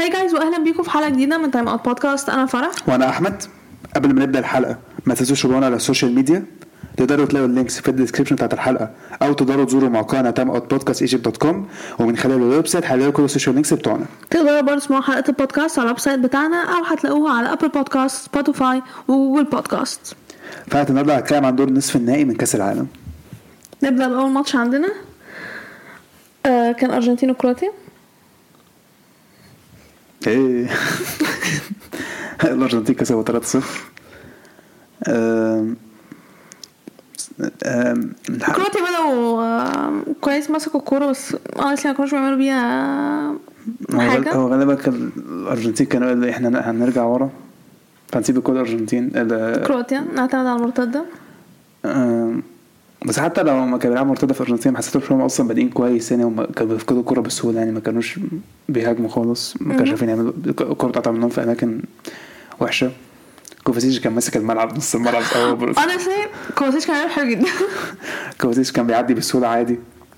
هاي جايز واهلا بيكم في حلقه جديده من تايم اوت بودكاست. انا فرح وانا احمد. قبل ما نبدا الحلقه ما تنسوش تتابعونا على السوشيال ميديا. تقدروا تلاقوا اللينكس في الديسكريبشن بتاعت الحلقه او تقدروا تزوروا موقعنا timeoutpodcastegypt.com ومن خلال الويب سايت هتلاقوا كل السوشيال لينكس بتوعنا. تقدروا برضه تسمعوا حلقه البودكاست على الويب سايت بتاعنا او هتلاقوها على ابل بودكاست سبوتيفاي وجوجل بودكاست. فالنهارده هنتكلم عن دور النصف النهائي من كاس العالم. نبدا باول ماتش عندنا كان ارجنتين وكرواتيا. ايه الارجنتين كسبوا 3-0. كرواتيا بدأوا كويس، مسكوا الكوره بس لسه ما كانوش بيعملوا بيها حاجه. هو غالبا كان الارجنتين كانوا احنا هنرجع ورا فنسيب الكوره الارجنتين كرواتيا نعتمد على المرتده. بس حتى لو ما كانوا بيلعبوا مرتده في الارجنتين حسيتهم هم اصلا بادئين كويس يعني، هم كانوا بيفقدوا الكوره بسهوله يعني، ما كانوش بيهاجموا خالص، ما كانوش عارفين يعملوا الكوره بتاعتهم منهم في اماكن وحشه. كوفاسيتش كان ماسك الملعب نص الملعب اول انا شايف كوفاسيتش كان حلو جدا. كوفاسيتش كان بيعدي بسهوله عادي.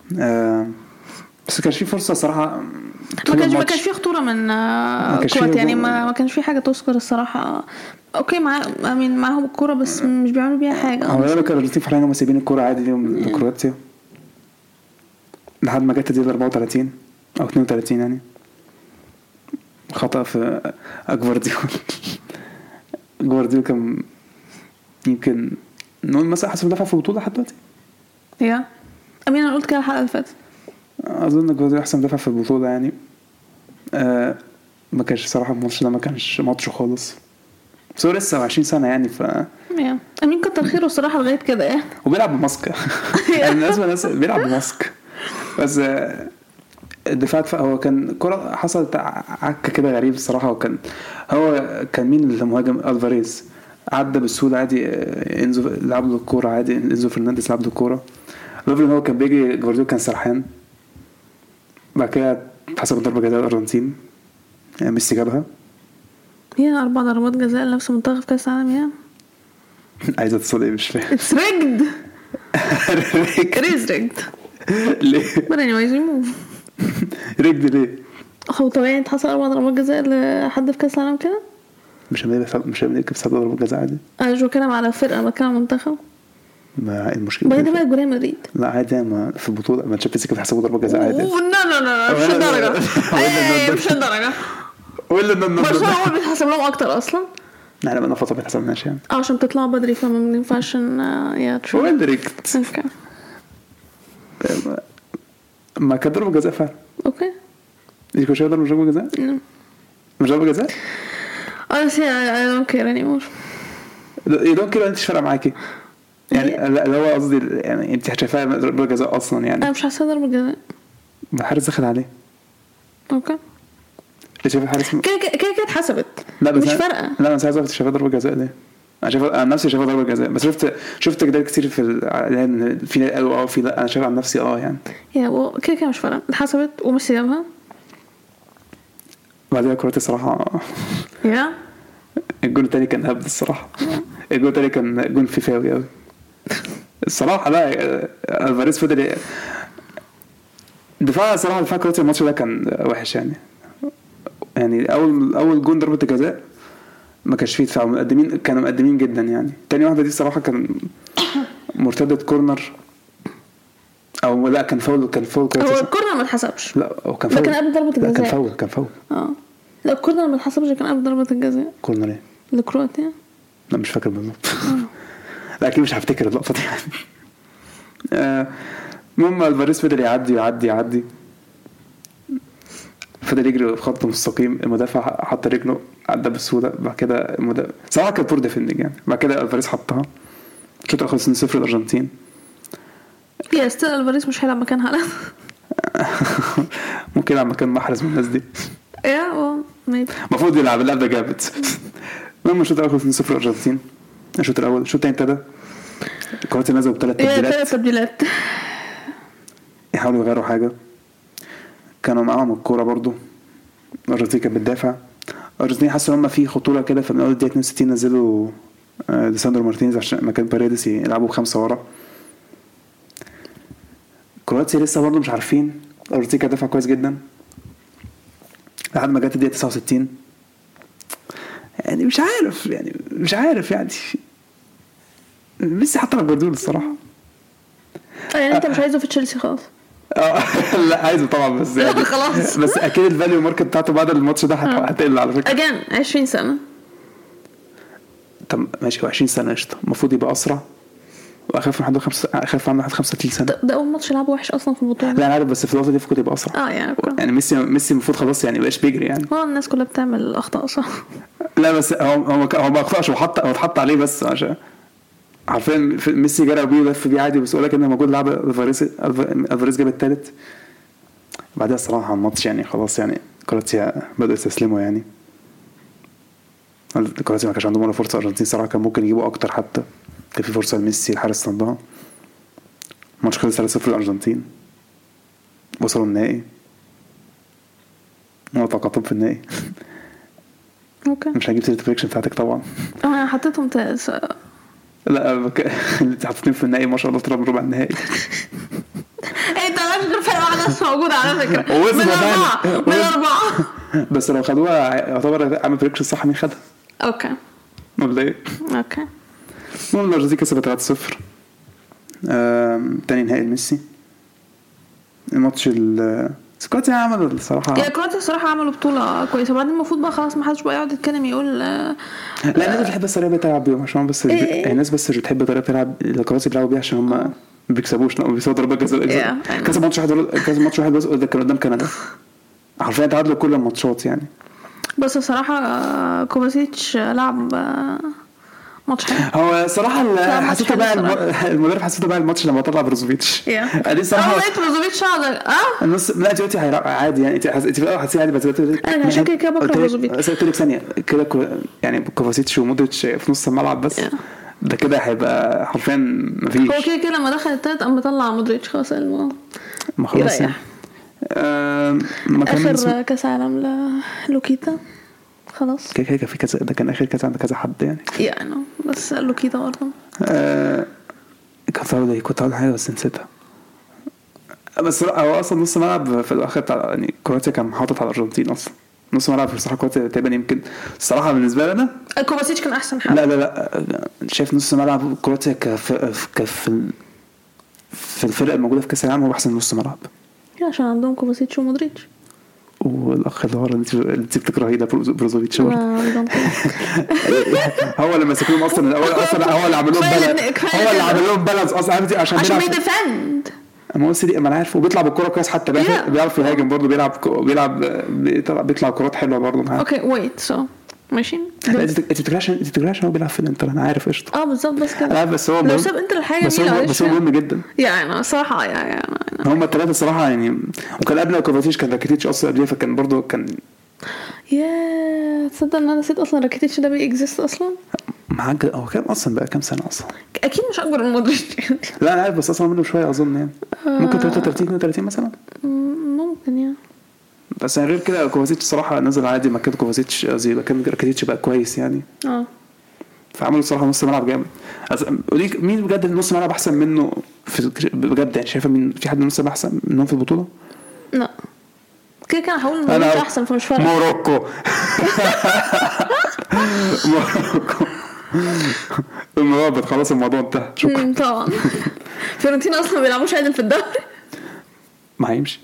بس كانش في فرصه صراحه، ما كانش في خطوره من كرواتيا يعني، ما كانش في حاجه تذكر الصراحه. اوكي معاهم الكوره بس مش بيعملوا بيها حاجه. هو لو كانوا الارجنتين فعلا هم سايبين الكوره عادي ليهم لكرواتيا لحد ما جت الدقيقه 34 او 32 يعني، خطا في جوارديول كان يمكن نقول مثلا حسب دفع في البطوله لحد دلوقتي. انا قلت كده الحلقه اللي فاتت، اظن جوارديول احسن دفع في البطوله يعني. ما كانش صراحه الماتش ده ما كانش ماتش خالص، بس هو لسه 20 سنه يعني امين كتر خيره الصراحه لغايه كده يعني. وبيلعب بماسك الناس بيلعب بماسك بس الدفاع هو كان كرة حصلت عكة كده غريب الصراحة. هو كان مين المهاجم؟ الفاريز عدى بالسهولة عادي، انزو لعب له الكورة عادي، انزو فرنانديز لعب له الكورة. لوفل هو كان بيجي جوارديول كان سرحان، بعد كده حسب ضربة جزاء الأرجنتين ميسي جابها. هي 4 ضربات جزاء لنفس منتخب كاس العالم يعني. عايزة تصل ايه مش فاهم. It's rigged. It is rigged. ليه؟ But anyways we move. rigged ليه؟ هو طبيعي تحصل 4 ضربات جزاء لحد في كاس العالم كده؟ مش هنكسب 7 ضربات جزاء عادي. انا مش بتكلم على فرقة، انا بتكلم على منتخب. ما المشكلة بعد بقى جولة مدريد. لا عادي، ما في البطولة ما تشوف فيك بيحسبوا ضربة جزاء عادي. لا مش الدرجة. مش الدرجة. ولا بس هو بيتحسب لهم اكتر اصلا. احنا بقى فتره بنحسبناش يعني عشان تطلعوا بدري فما ينفعش يا تشوف. هو دايركت. اوكي ما كان ضربه جزاء فعلا. اوكي دي كوشه ضربه جزاء. مش ضربه جزاء. انا I don't care anymore. you don't care. انت مش فارقه معاكي يعني. لا هو قصدي يعني انت شايفاها ضربه جزاء اصلا يعني. انا مش حاسه ضربه جزاء. الحارس دخل عليه. اوكي شايف الحارس كده اتحسبت. مش فارقه. لا انا عايز اعرف شايفها ضربه جزاء ليه. انا نفسي شايفها ضربه جزاء، بس شفت كده كتير في قالوا في لا، انا شايف عن نفسي يعني يا كده مش فارقه، اتحسبت وميسي جابها. بعدها كرواتيا صراحه الجول الثاني كان هبد الصراحه. الجول الثاني كان جول فيفاوي قوي الصراحه. لا الفاريز فضل دفاع صراحه. دفاع كرواتيا الماتش ده كان وحش يعني اول جون ضربه الجزاء ما كانش فيه دفاع، كانوا مقدمين جدا يعني. تاني واحده دي صراحه كان مرتده كورنر او لا كان فاول. هو الكورنر ما اتحسبش. لا هو كان فاول. كان قبل ضربه الجزاء. كان فاول. لا الكورنر ما اتحسبش، كان قبل ضربه الجزاء. كورنر ايه لكرواتيا؟ لا مش فاكر بالظبط. لا اكيد مش هفتكر اللقطه دي يعني. المهم الفاريز فضل يعدي فضل يجري في خط مستقيم. المدافع حط رجله عدى بسهوله. بعد كده المدافع صراحه كان بور ديفندنج يعني. بعد كده الفاريز حطها شوط اخر 2-0 الارجنتين. يا استاذ الفاريز مش هيلعب مكان هالاند. ممكن يلعب مكان محرز من الناس دي. المفروض يلعب اللعب ده جامد. المهم شوط اخر 2-0 الارجنتين. الشوط الاول. الشوط الثاني ابتدى كرواتيا نزلوا ب3 تبديلات يحاولوا يغيروا حاجه. كانوا معاهم الكوره برضو. الارجنتين كانت بتدافع. الارجنتين حسوا هم في خطوره كده، فمن اول دقيقه 62 نزلوا ديساندرو مارتينيز عشان مكان باريدس يلعبوا ب5 ورا. كرواتيا لسه برضو مش عارفين. الارجنتين كانت دافع كويس جدا. لحد ما جت الدقيقه 69. يعني مش عارف يعني ميسي حط لك جوارديولا الصراحه. يعني انت مش عايزه في تشيلسي خلاص؟ لا عايزه طبعا، بس يعني خلاص. بس اكيد الفاليو ماركت بتاعته بعد الماتش ده هتقل على فكره. اجان 20 سنه. طب ماشي، 20 سنه قشطه، المفروض يبقى اسرع واخف من 35 سنه. ده اول ماتش لعبه وحش اصلا في البطوله. لا انا عارف، بس في الوقت دي المفروض يبقى اسرع. يعني ميسي المفروض خلاص يعني بقاش بيجري يعني. هو الناس كلها بتعمل اخطاء صح. لا بس هو ما اخطاش، هو اتحط عليه بس عشان عارفين ميسي جرى بيه ولف بيه عادي، بس يقول لك ان موجود لعب الفاريز جاب الثالث بعدها الصراحه على الماتش يعني خلاص يعني كرواتيا بدأوا يستسلموا يعني. كرواتيا ما كانش عندهم ولا فرصه، الارجنتين صراحه كان ممكن يجيبوا اكتر، حتى كان في فرصه لميسي الحارس صدها. الماتش خلص 3-0 الارجنتين، وصلوا النهائي وتوقعتهم في النهائي. اوكي مش هجيب سيره البريكشن بتاعتك طبعا. انا حطيتهم لا انت حطيتني في النهائي ما شاء الله، طلع من ربع النهائي. انت مش غير فرق واحده بس موجوده على فكره من أربعة. بس لو خدوها يعتبر عامل بريكشن صح. مين خدها؟ اوكي ولا ايه؟ اوكي. المهم الارجنتين كسبت 3-0. تاني نهائي لميسي. الماتش كرواتيا عملوا الصراحه، يا كرواتيا الصراحه عملوا بطوله كويسه. بعدين المفروض بقى خلاص ما حدش بقى يقعد يتكلم يقول لا الناس بتحب الطريقه بتلعب بيهم عشان بس الناس بس مش بتحب الطريقه بتلعب الكرواتيا بيلعبوا بيها عشان هم ما بيكسبوش، لا بيسووا ضربات جزاء. كذا ماتش واحد بس قدام كندا حرفيا تعادلوا كل الماتشات يعني. بس الصراحه كوفاسيتش لعب ماتش حلو. هو صراحه حسيته بقى المدرب حسيته بقى الماتش لما طلع بروزوفيتش دي صراحه بروزوفيتش النص لا دلوقتي عادي يعني. انت في الاول حسيت عادي، بس انا عشان كده بكره بروزوفيتش. قلت لك ثانيه كده يعني كوفاسيتش ومودريتش في نص الملعب بس ده كده هيبقى حرفيا مفيش. هو كده لما دخل الثالث قام مطلع مودريتش خلاص ما خلاص يعني. اخر كاس عالم لوكيتا خلاص كده في كذا، ده كان اخر كاس عند كذا حد يعني بس لوكيتا برضه كنت هقول حاجه بس نسيتها. بس هو اصلا نص ملعب في الاخر بتاع يعني كرواتيا كان حاطط على الارجنتين اصلا نص ملعب في الصراحه. كرواتيا تقريبا يمكن الصراحه بالنسبه لنا كوفاسيتش كان احسن حاجه. لا شايف نص ملعب كرواتيا في الفرق الموجوده في كاس العالم هو احسن نص ملعب عشان عندهم كوفاسيتش ومودريتش. والاخ اللي ورا انت بتكرهيه ده بروزوفيتش هو اللي مسكوهم اصلا الاول هو اللي عمل لهم بالانس اصلا عشان بيدفند. ما هو سيدي ما انا عارف، وبيطلع بالكره كويس حتى بيعرف يهاجم برضه، بيطلع كرات حلوه برضه. اوكي ويت سو ماشي. انت بتكراش هو بيلعب في الانتر انا عارف قشطه بالظبط بس كده. لا بس هو لو ساب انتر الحاجه دي بس هو مهم جدا يعني صراحه يعني هم الثلاثه الصراحه يعني. وكان قبل كوفاتيتش كان راكيتيتش اصلا قبليه، فكان برضه كان تصدق ان انا نسيت اصلا راكيتيتش ده بيكزيست اصلا. معاك هو كام اصلا بقى كام سنه اصلا؟ اكيد مش اكبر من مودريتش يعني. لا انا عارف بس اصلا منه شويه اظن يعني ممكن 33 مثلا ممكن يعني. بس غير كده كوفاسيتش صراحه نزل عادي مكان كوفاسيتش زي مكان راكيتيتش بقى كويس يعني. فعملوا صراحه نص ملعب جامد. قوليك مين بجد نص ملعب احسن منه بجد يعني؟ شايفه مين في حد نص ملعب احسن منهم في البطوله؟ لا كده كان هقول مودريتش احسن فمش فارق. موروكو الموضوع خلاص الموضوع انتهى شكرا. طبعا فيورنتينا اصلا ما بيلعبوش عادل في الدوري ما هيمشي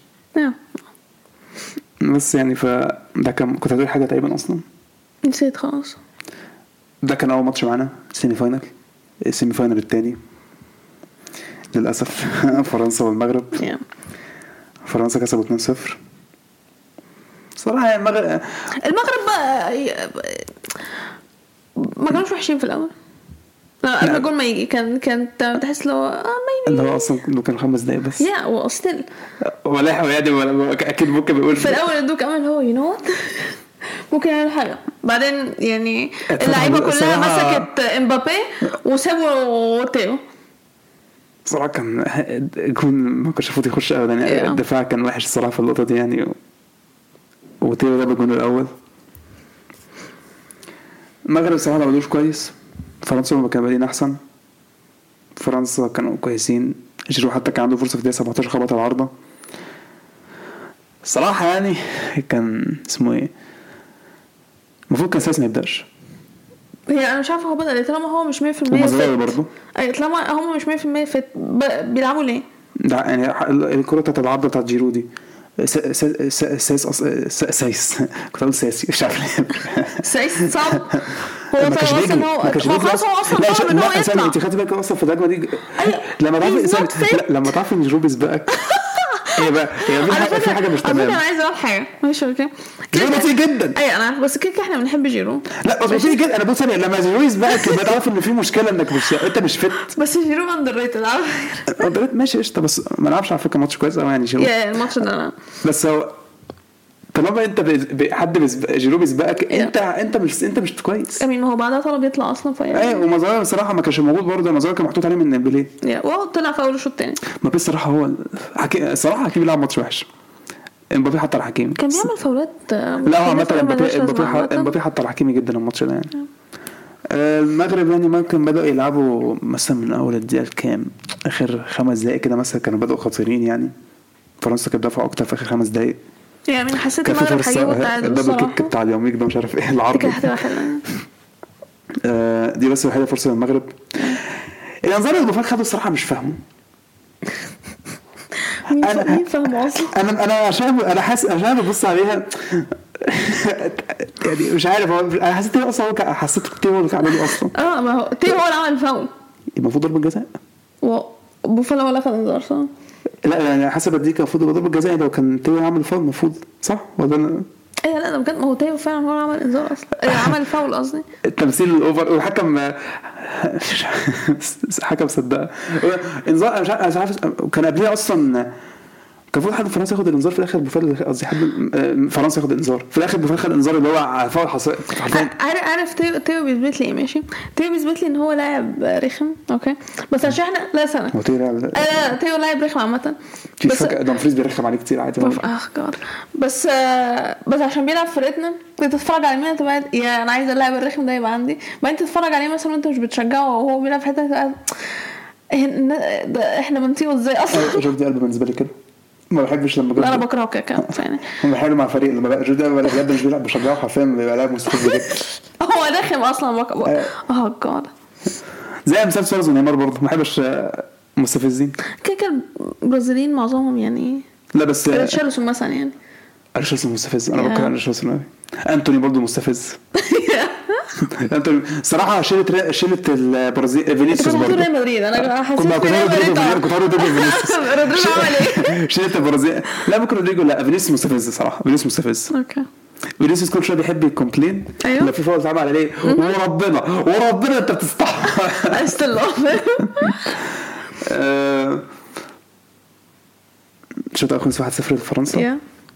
بس يعني فده كان كنت هتقول حاجه تقريبا اصلا نسيت خلاص. ده كان اول ماتش معانا السيمي فاينل الثاني للاسف. فرنسا والمغرب. فرنسا كسبوا 2-0 صراحه. المغرب بقى ما كانوش وحشين في الاول. قبل الجول ما يجي كان تحس لو اللي هو اصلا كان 5 دقايق بس واستل ولا يعني اكيد ممكن بيقول في الاول ادوك امل هو ممكن يعمل حاجه. بعدين يعني اللعيبه كلها مسكت امبابي وسابوا تيو صراحه. كان يكون ما كانش فاضي يخش ابدا يعني. الدفاع كان وحش الصراحه في اللقطه دي يعني. وتيو جاب الجول الاول. المغرب صراحه ما بدوش كويس. فرنسا ما كانوا بادئين احسن. فرنسا كانوا كويسين. جيرو حتى كان عنده فرصه في الدقيقه 17 خبط العارضه. صراحه يعني كان اسمه ايه، المفروض كان ساس ما يبداش. هي انا مش عارفه هو بدأ طالما هو مش 100% ومزرعه برضه. اي طالما هم مش 100% فت بيلعبوا ليه؟ ده يعني الكره بتاعت العرض بتاعت جيرو دي سايس كنت اقول ساسي مش عارف سايس صعب. هو اصلا هو خلاص هو اصلا صعب ان هو يطلع. انت خدتي بالك اصلا في الهجمه دي لما تعرفي ان جيرو بيسبقك ايه بقى؟ هي في حاجه مش تمام. انا عايزه اقول حاجه ماشي اوكي جيرو بطيء جدا. اي انا عارف بس كده احنا بنحب جيرو. لا بطيء جدا. انا بص لما جيرو يسبقك يبقى تعرف ان في مشكله انك انت مش فت. بس جيرو اندر ريتد ماشي قشطه بس ما نعرفش على فكره ماتش كويس قوي يعني جيرو. الماتش ده بس هو طالما انت حد جيرو بيسبقك انت مش كويس. امين ما هو بعدها طلب يطلع اصلا ايوه ومزارع بصراحه ما كانش موجود برضه. مزارع كان محطوط عليه من ديمبلي وهو طلع في اول الشوط الثاني. ما بصراحه هو الصراحه حكيمي لعب ماتش وحش. امبابي حط على حكيمي كان بيعمل فاولات. لا هو مثلا امبابي حط على حكيمي جدا الماتش ده يعني. المغرب يعني ممكن بدأوا يلعبوا مثلا من اول الدقيقه الكام اخر 5 دقائق كده مثلا كانوا بدأوا خطيرين يعني. فرنسا كانت دافعه اكتر في اخر 5 دقائق يعني. حسيت المغرب هيجيبوا التعادل الدبل كيك بتاع اليوميك ده مش عارف ايه العرض كده هتبقى حلوه. دي بس وحيده فرصه للمغرب. الانذار اللي بفكر خده الصراحه مش فاهمه. مين فاهمه اصلا؟ انا عشان ببص عليها يعني مش عارف. انا حسيت ايه اصلا. حسيت تيو اللي عمله اصلا. ما هو تيو هو اللي عمل الفاول. المفروض ضربه جزاء. بوفالا ولا خد انذار صح؟ لا انا حسب اديك المفروض ضربه جزاء لو كان تيو عمل الفاول المفروض صح ولا انا. ايه لا ده بجد ما هو تيو فعلا هو عمل انذار اصلا. عمل الفاول قصدي. التمثيل الاوفر والحكم حكم صدق انذار. مش عارف كان قبلها اصلا كان المفروض حد فرنسا ياخد الانذار في الاخر. بوفال قصدي حد فرنسا ياخد الانذار في الاخر. بوفال خد الانذار اللي هو فاول حصل. عارف تيو بيثبت لي ايه ماشي. تيو بيثبت لي ان هو لاعب رخم اوكي بس عشان احنا لا سنه هو تيو لاعب رخم عامه. بس دمفريز بيرخم عليه كتير عادي. بس عشان بيلعب فرقتنا بتتفرج على مين تبقى يا انا عايز اللاعب الرخم ده يبقى عندي. ما انت تتفرج عليه مثلا وانت مش بتشجعه وهو بيلعب في حته احنا بنطيقه ازاي اصلا. شوف دي قلب بالنسبه لي كده. ما بحبش لما انا بكرهه كده يعني. هم حلو مع فريق لما بقى جودة ولا بجد مش بيلعب بشجعه حرفيا بيبقى لاعب مستفز جدا. هو رخم اصلا جاد زي مثال سواريز ونيمار برضه ما بحبش مستفزين كده. البرازيليين معظمهم يعني. لا بس ريتشارلسون مثلا يعني. ريتشارلسون مستفز. انا بكره ريتشارلسون. انتوني برضه مستفز. انتوني صراحه شلت البرازيل. فينيسيوس برضه ريال مدريد. انا حسيت كنت هقول فينيسيوس. رودريجو عمل ايه؟ شلت البرازيل. لا ممكن رودريجو. لا فينيسيوس مستفز صراحه. فينيسيوس مستفز. اوكي فينيسيوس كل شويه بيحب يكومبلين. لا في فاول اتعمل عليه وربنا انت بتستحق. استلو شوط اخر 1-0 لفرنسا.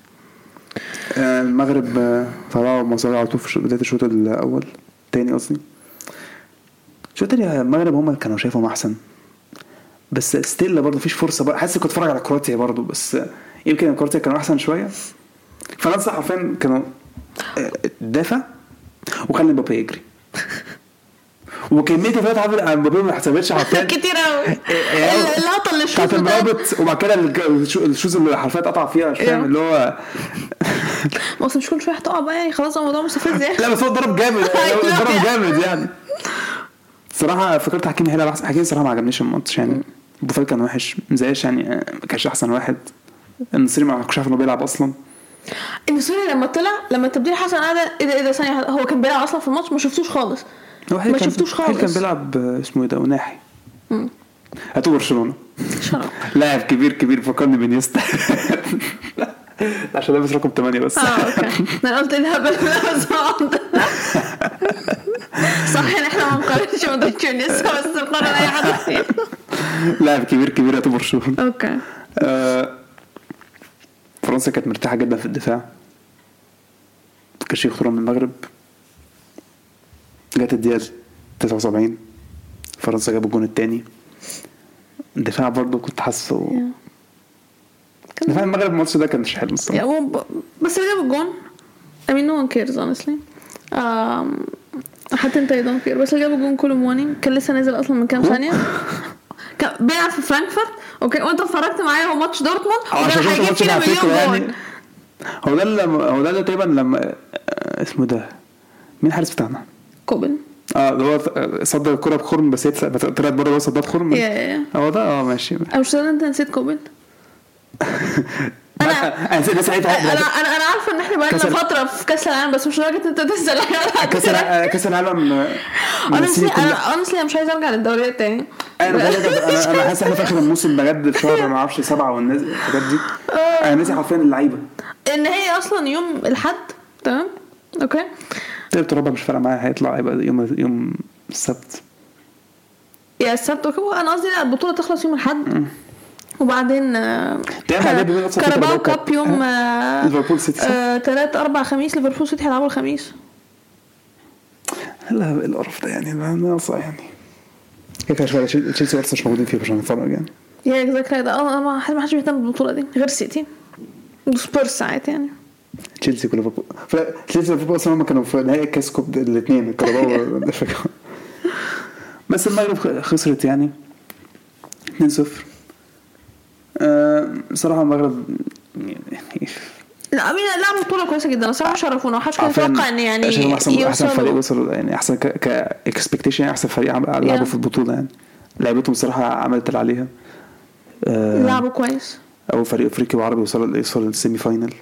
المغرب طلعوا مصاري على طول في بدايه الشوط الاول تاني قصدي. الشوط الثاني المغرب هم كانوا شايفهم احسن بس ستيل برضه مفيش فرصه. حاسس كنت اتفرج على كرواتيا برضه بس يمكن كرواتيا كانوا احسن شويه. فرنسا حرفيا كانوا دافع وخلي مبابي يجري وكميه فات عامل مبابي ما حسبتش حرفيا كتير قوي. اللقطه اللي شوط المرابط وبعد كده الشوز اللي حرفيا قطع فيها مش فاهم اللي هو اصلا مش كل شويه هتقع بقى يعني خلاص الموضوع مستفز يعني. لا بس هو ضرب جامد. ضرب جامد يعني. صراحه فكرت حكيمي هيلعب احسن. حكيمي صراحه ما عجبنيش الماتش يعني. بوفال كان وحش مزايش يعني ما كانش احسن واحد. النصيري ما كنتش عارف انه بيلعب اصلا. النصيري لما التبديل حصل انا ايه ده ثانيه هو كان بيلعب اصلا في الماتش ما شفتوش خالص. ما شفتوش خالص. كان بيلعب اسمه ايه ده وناحي. هاتوا برشلونه لاعب كبير فكرني بنيستا عشان لابس رقم 8 بس. اوكي انا قلت الهبل صح ان احنا ما نقارنش مودريتش ونيستا بس نقارن اي حد. لاعب كبير هاتوا برشلونه. اوكي فرنسا كانت مرتاحه جدا في الدفاع. كان شيء خطوره من المغرب. جت الدقيقه 79 فرنسا جابوا الجون الثاني. الدفاع برضو كنت حاسه دفاع المغرب الماتش ده كانش حلو الصراحه. بس اللي جاب الجون I mean no one cares honestly. حتى انت don't care. بس اللي جاب الجون كولو مواني كان لسه نازل اصلا من كام ثانيه. كان بيلعب في فرانكفورت اوكي وانت اتفرجت معايا هو ماتش دورتموند وده هيجيب فينا مليون جون. هو ده تقريبا لما اسمه ده مين الحارس بتاعنا كوبن اللي هو صد الكرة بخرم بس هي طلعت بره وصدها بخرم. هو ده ماشي. مش انت نسيت كوبن. انا عارفه ان احنا بقالنا فتره في كاس العالم بس مش لدرجه انت تنسى كاس العالم. انا مش عايز ارجع للدوريات تاني. انا حاسس احنا في اخر الموسم بجد في شهر ما اعرفش 7 والناس الحاجات دي انا ناسي حرفيا اللعيبه ان هي اصلا يوم الاحد. تمام اوكي طلعت ربع مش فارقه معايا هيطلع يبقى يوم السبت يا السبت. اوكي انا قصدي البطوله تخلص يوم الاحد وبعدين كاراباو كاب يوم ليفربول سيتي 3 4 خميس. ليفربول سيتي هيلعبوا الخميس. لا القرف ده يعني ناقصه يعني كده شويه. تشيلسي وارسنال مش موجودين فيه عشان نتفرج يعني. يا اكزاكتلي ده ما حدش بيهتم بالبطوله دي غير سيتي وسبيرز ساعات يعني. تشيلسي وليفربول. تشيلسي وليفربول اصلا هم كانوا في نهائي الكاس كوب الاثنين الكاراباو بس المغرب خسرت يعني 2-0. صراحه المغرب يعني لا امين لعبوا بطوله كويسه جدا صراحه شرفونا وحش كان يتوقع ان يعني احسن فريق وصل يعني احسن كاكسبكتيشن احسن فريق لعبوا في البطوله يعني. لعبتهم صراحه عملت اللي عليها. لعبوا كويس. اول فريق افريقي وعربي يوصل للسيمي فاينل.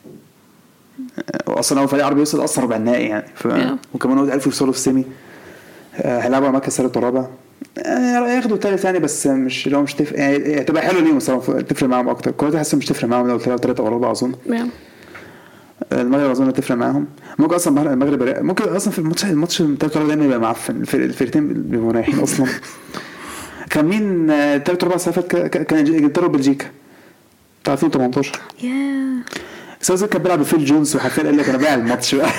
واصلا اول فريق عربي يوصل اصلا ربع النهائي يعني وكمان هو 1000 يوصلوا في السيمي. هيلعبوا مركز ثالث ورابع ياخدوا ثالث ثاني بس مش لو مش تفرق يعني تبقى حلو ليهم صراحه تفرق معاهم اكتر. كنت حاسس مش تفرق معاهم لو 3 او 4 اظن. المغرب اظن تفرق معاهم. ممكن اصلا المغرب ممكن اصلا في الماتش الثالث ورابع دايما يبقى معفن. الفرقتين بيبقوا رايحين اصلا. كان مين 3 4 سنوات كان انجلترا وبلجيكا بتاع 2018 سوزا كان بيلعب بفيل جونز وحرفيا قال لك انا بايع الماتش بقى.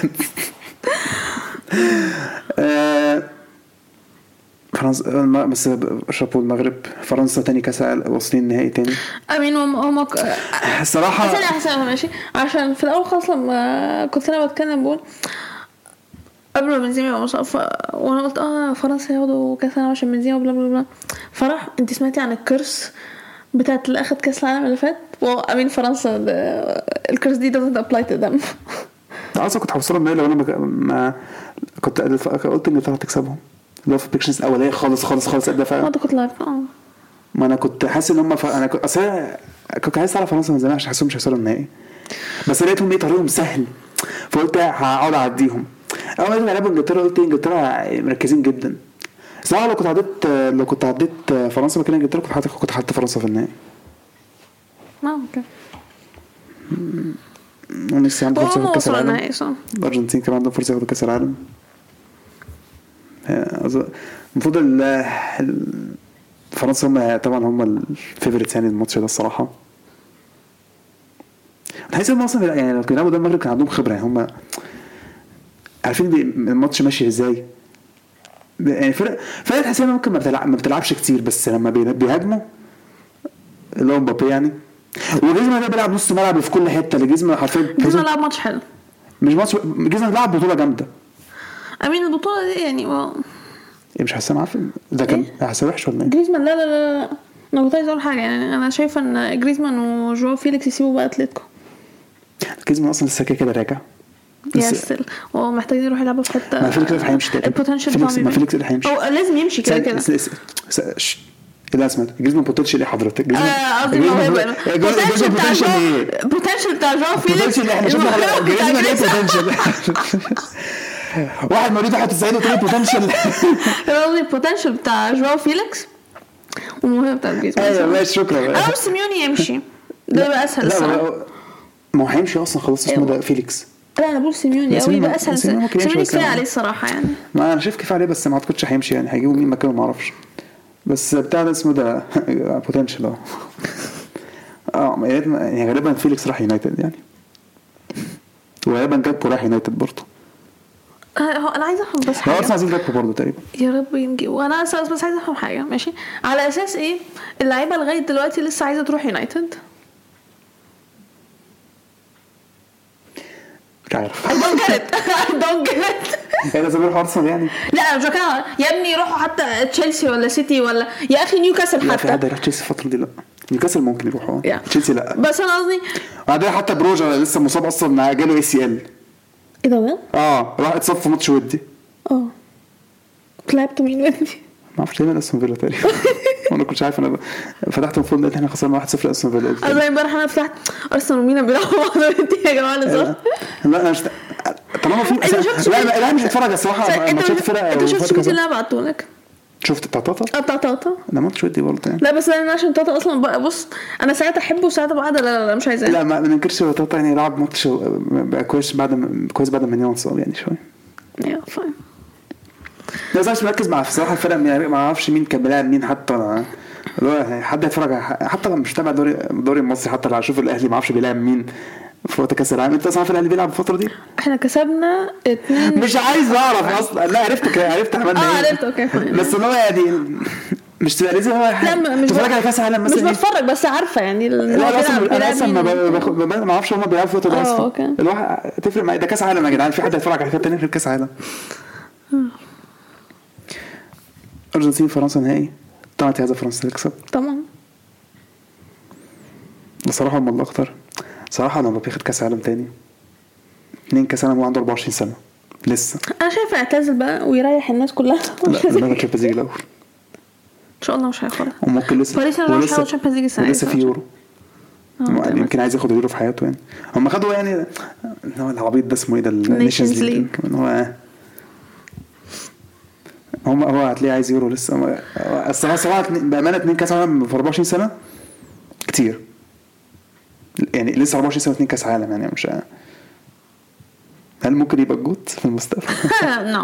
فرنسا بس شابو المغرب. فرنسا تاني كاس واصلين نهائي تاني. امين هم الصراحه حسنا ماشي عشان في الاول خالص لما كنت انا بتكلم بقول قبل ما بنزيما يبقى مصاب وانا قلت فرنسا ياخدوا كاس العالم عشان بنزيما بلا بلا بلا. فرح انت سمعتي عن الكرس بتاعت اللي اخد كاس العالم اللي فات وامين فرنسا الكرس دي doesn't apply to them. اصلا كنت هوصلهم لو انا ما كنت قلت ان انجلترا تكسبهم لو في البيكشنز الاوليه خالص ادى فعلا. ما كنت لايف ما انا كنت حاسس ان هم انا كنت عايز اعرف فرنسا من زمان عشان حاسسهم مش هيوصلوا النهائي بس لقيتهم طريقهم سهل فقلت هقعد اعديهم. اول ما لعبوا انجلترا قلت انجلترا مركزين جدا صراحه. لو كنت عديت فرنسا مكان انجلترا كنت حاطط فرنسا في النهائي. اوكي ونفسي عندهم فرصه في كاس العالم. الارجنتين كمان عندهم فرصه ياخدوا كاس العالم. المفروض فرنسا هم طبعا هم الفيفوريت يعني الماتش ده الصراحه. الحقيقه هم اصلا يعني لو كانوا ده المغرب كان عندهم خبره يعني هم عارفين الماتش ماشي ازاي يعني. فرق حسين ممكن ما بتلعبش كتير بس لما بيهاجموا اللي هو مبابي يعني. وجيزمان ده بيلعب نص ملعب في كل حته. جيزمان حرفيا لعب ماتش حلو مش ماتش. جيزمان لعب بطوله جامده. امين البطوله دي يعني مش حاسه معفن ده كان حاسه وحش ولا ايه؟ جريزمان لا انا كنت عايز اقول حاجه يعني انا شايفه ان جريزمان وجواو فيليكس يسيبوا بقى اتلتيكو. جريزمان اصلا لسه كده راجع ياسل ومحتاجين يروح يلعبوا في حته. ما فيليكس هيمشي تاني. البوتنشال ما فيليكس اللي هيمشي او لازم يمشي كده لا اسمع جريزمان بوتنشال ايه حضرتك؟ جريزمان بوتنشال بتاع جواو فيليكس اللي احنا شفنا جريزمان ايه بوتنشال واحد مريض 91 وتاني بوتنشال البوتنشال بتاع جواو فيليكس والمهم بتاع جريزمان. ايوه ماشي شكرا. او سيميوني يمشي ده يبقى اسهل الصراحه. ما هو هيمشي اصلا خلاص اسمه ده فيليكس. لا انا بقول سيميوني او يبقى اسهل. سيميوني كفايه عليه الصراحه يعني. ما انا شايف كفايه عليه بس ما اعتقدش هيمشي يعني. هيجيبوا مين مكانه ما اعرفش بس بتاع ده اسمه ده بوتنشال يعني غالبا فيليكس راح يونايتد يعني وغالبا جابو راح يونايتد برضه. هو انا عايزه افهم بس حاجه. هو اصلا عايزين جابو برضه تقريبا يا رب ينجي. وانا بس عايزه افهم حاجه ماشي على اساس ايه اللعيبه لغايه دلوقتي لسه عايزه تروح يونايتد؟ مش عارف. I don't get it. ايه لازم يروحوا ارسنال يعني؟ لا مش كده يا ابني يروحوا حتى تشيلسي ولا سيتي ولا يا اخي نيوكاسل حتى. لا في حد يروح تشيلسي الفتره دي لا نيوكاسل ممكن يروحوا Yeah. تشيلسي لا. بس انا قصدي بعدين حتى بروجا لسه مصاب اصلا جاله ACL. ايه ده وين؟ راح اتصاب في ماتش ودي. لعبت مين ودي؟ ما اعرفش ليه اسمه فيلا تقريبا. وانا كنت عارف انا فتحت المفروض ان احنا خسرنا 1-0 اسمه فيلا. انا امبارح انا فتحت ارسنال وميلان بيلعبوا بعض يا جماعه نزار. لا انا مش طالما في لا مش هتفرج الصراحه ماتشات الفرق. انت شفت مين اللي بعته لك؟ شفت بتاع طاطا؟ بتاع طاطا انا ماتش ودي برضه يعني. لا بس انا عشان طاطا اصلا بقى بص انا ساعات احبه وساعات بعد لا مش عايزاه. لا ما ننكرش طاطا يعني لعب ماتش بقى كويس بعد ما نيون صاب يعني شويه. يا فاين. لا مش مركز مع الصراحه الفرق ما اعرفش مين كان بيلعب مين حتى اللي هو حد يتفرج حتى مش تابع الدوري المصري حتى لو اشوف الاهلي ما اعرفش بيلعب مين في وقت كاس العالم. انت اصلا عارف الاهلي بيلعب الفتره دي؟ احنا كسبنا 2. مش عايز اعرف اصلا. لا عرفت عملنا ايه. عرفت اوكي بس اللي هو يعني مش تبقى لازم هو تتفرج على كاس العالم مثلا. مش بتفرج بس عارفه يعني لا اصلا ما اعرفش هم بيلعبوا الفتره دي اصلا. الواحد تفرق معايا ده كاس عالم يا جدعان. في حد يتفرج على حاجه ثانيه غير كاس عالم؟ أرجنتين فرنسا نهائي طبعا هذا فرنسا تكسب طبعا. بصراحة هم الأكتر صراحة لما بياخد كاس عالم تاني 2 كاس عالم وعنده 24 سنة لسه. أنا شايفة اعتزل بقى ويريح الناس كلها. لا لما تشامبيونز ليج الأول إن شاء الله مش هياخدها. وممكن لسه باريس أنا مش هاخد تشامبيونز ليج السنة لسه في يورو. يمكن عايز ياخد اليورو في حياته يعني. هم خدوا يعني هو العبيط ده اسمه ايه ده النيشنز ليج. هو هتلاقيه عايز يورو لسه. الصراحه بامانه 2 كاس عالم في 24 سنه كتير يعني. لسه 24 سنه 2 كاس عالم يعني مش هل ممكن يبقى الجوت في المستقبل؟ نو.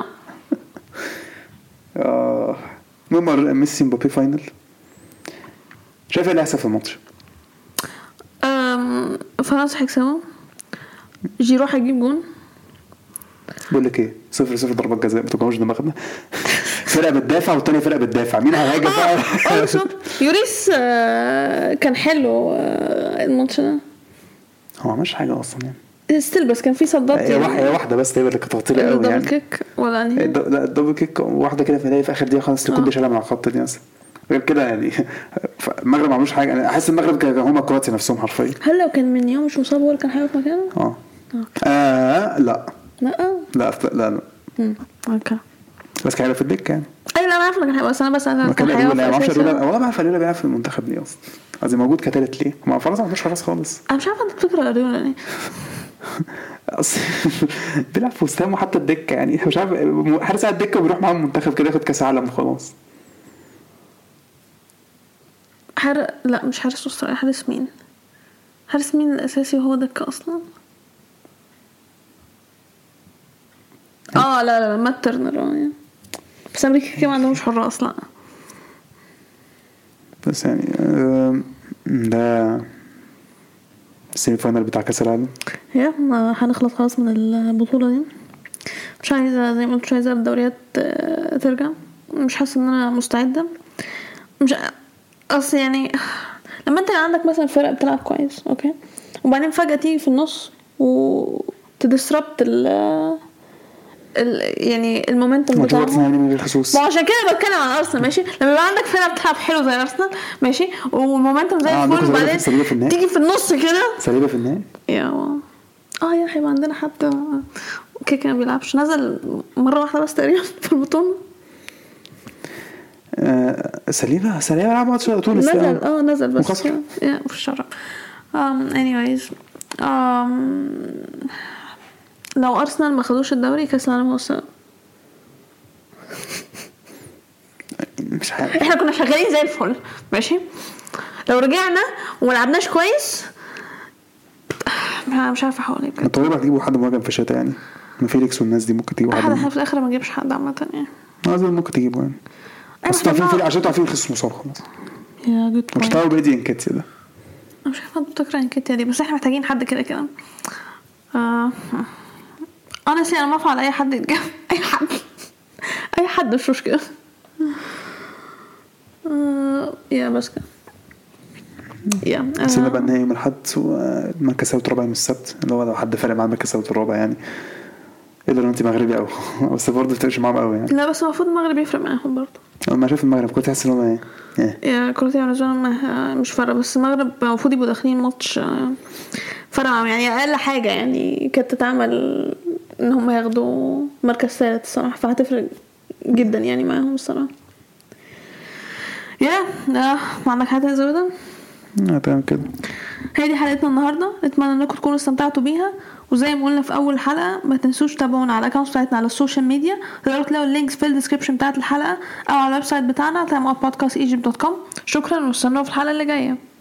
ميسي مبابي فاينل. شايف ايه اللي هيحصل في الماتش؟ فرنسا هيكسبوا. جيرو هيجيب جون. بقول لك ايه 0-0 ضربات جزاء ما تقومش دماغنا. فرقه بتدافع والتاني فرقه بتدافع مين هيهاجم بقى؟ يوريس كان حلو الماتش ده. هو مش حاجه اصلا يعني ستيل بس كان في صدات هي واحده بس هي اللي كانت خطيره قوي يعني. دبل كيك ولا انهي؟ لا الدبل كيك واحده كده في اخر دقيقه خالص كل شلة من على الخط دي مثلا. غير كده يعني المغرب ما عملوش حاجه. انا احس المغرب كانوا هم كرواتيا نفسهم حرفيا. هل لو كان من يوم مش مصاب هو كان هيقف مكانه؟ لا اوكي بس كان في الدكه يعني. ايوه انا عارفه كان هيبقى بس انا بس انا كان هيقف والله ما عارف ليه بيلعب في المنتخب ليه اصلا. قصدي موجود كتالت ليه؟ ما فرنسا ما عندوش حراس خالص. انا مش عارفه انت فكره ولا ايه. بيلعب في وسام وحتى الدكه يعني مش عارف حارس على الدكه وبيروح معاهم المنتخب كده ياخد كاس عالم وخلاص. لا مش حارس استراليا. حارس مين الاساسي وهو دكه اصلا؟ لا مات ترنر يعني. بس امريكا كمان عندهم مش حراس لا. بس يعني ده السيمي فاينل بتاع كاس العالم. ما هنخلص خلاص من البطوله دي. مش عايزه زي ما قلت مش عايزه الدوريات ترجع. مش حاسه ان انا مستعده. مش اصل يعني لما انت عندك مثلا فرق بتلعب كويس اوكي وبعدين فجاه تيجي في النص وتدسربت يعني المومنتم بتاعهم يعني من الخصوص. عشان كده بتكلم عن ارسنال ماشي. لما يبقى عندك فرقه بتلعب حلو زي ارسنال ماشي والمومنتم زي الفل وبعدين تيجي في النص كده سليبه في النهايه يا هيبقى عندنا حد كده ما بيلعبش. نزل مره واحده بس تقريبا في البطوله. سليبه لعب ماتش تونس نزل بس في الشرع. anyways لو ارسنال ما خدوش الدوري كاس العالم وصل. مش عارف احنا كنا شغالين زي الفل ماشي. لو رجعنا ولعبناش كويس مش عارفه حوالي بجد. طبعا هتجيبوا حد مهاجم في الشتاء يعني من فيليكس والناس دي ممكن تجيبوا حد في الاخر ما نجيبش حد عامه يعني. لازم ممكن تجيبوا يعني بس تعرفين عشان تعرفين خصم مصاب خلاص. يا جود مش تعرفوا بدي انكتيا ده. مش عارفه بتكره انكتيا دي بس احنا محتاجين حد كده انا ما افعل اي حد يتجاب اي حد مش مشكله. بس كده سيبنا بقى النهائي يوم الأحد والمركز الرابع يوم السبت اللي هو لو حد فارق مع المركز الرابع يعني ايه ده لو انت مغربي او بس برضه بتفرقش معاهم قوي يعني. لا بس المفروض المغرب يفرق معاهم برضه. ما شايف المغرب كنت حاسس ان هم يا كرواتيا بالنسبه لهم مش فارقه، بس المغرب المفروض يبقوا داخلين ماتش فرق معاهم يعني اقل حاجه يعني كانت تتعمل ان هم ياخدوا مركز ثالث الصراحه، فهتفرق جدا يعني معاهم الصراحه. ما عندك حاجه زياده؟ تمام كده. هي دي حلقتنا النهارده، اتمنى انكم تكونوا استمتعتوا بيها، وزي ما قلنا في اول حلقه ما تنسوش تتابعونا على الاكونت بتاعتنا على السوشيال ميديا، تقدروا تلاقوا اللينكس في الديسكربشن بتاعت الحلقه او على الويب سايت بتاعنا podcast.egypt.com. شكرا واستنونا في الحلقه اللي جايه.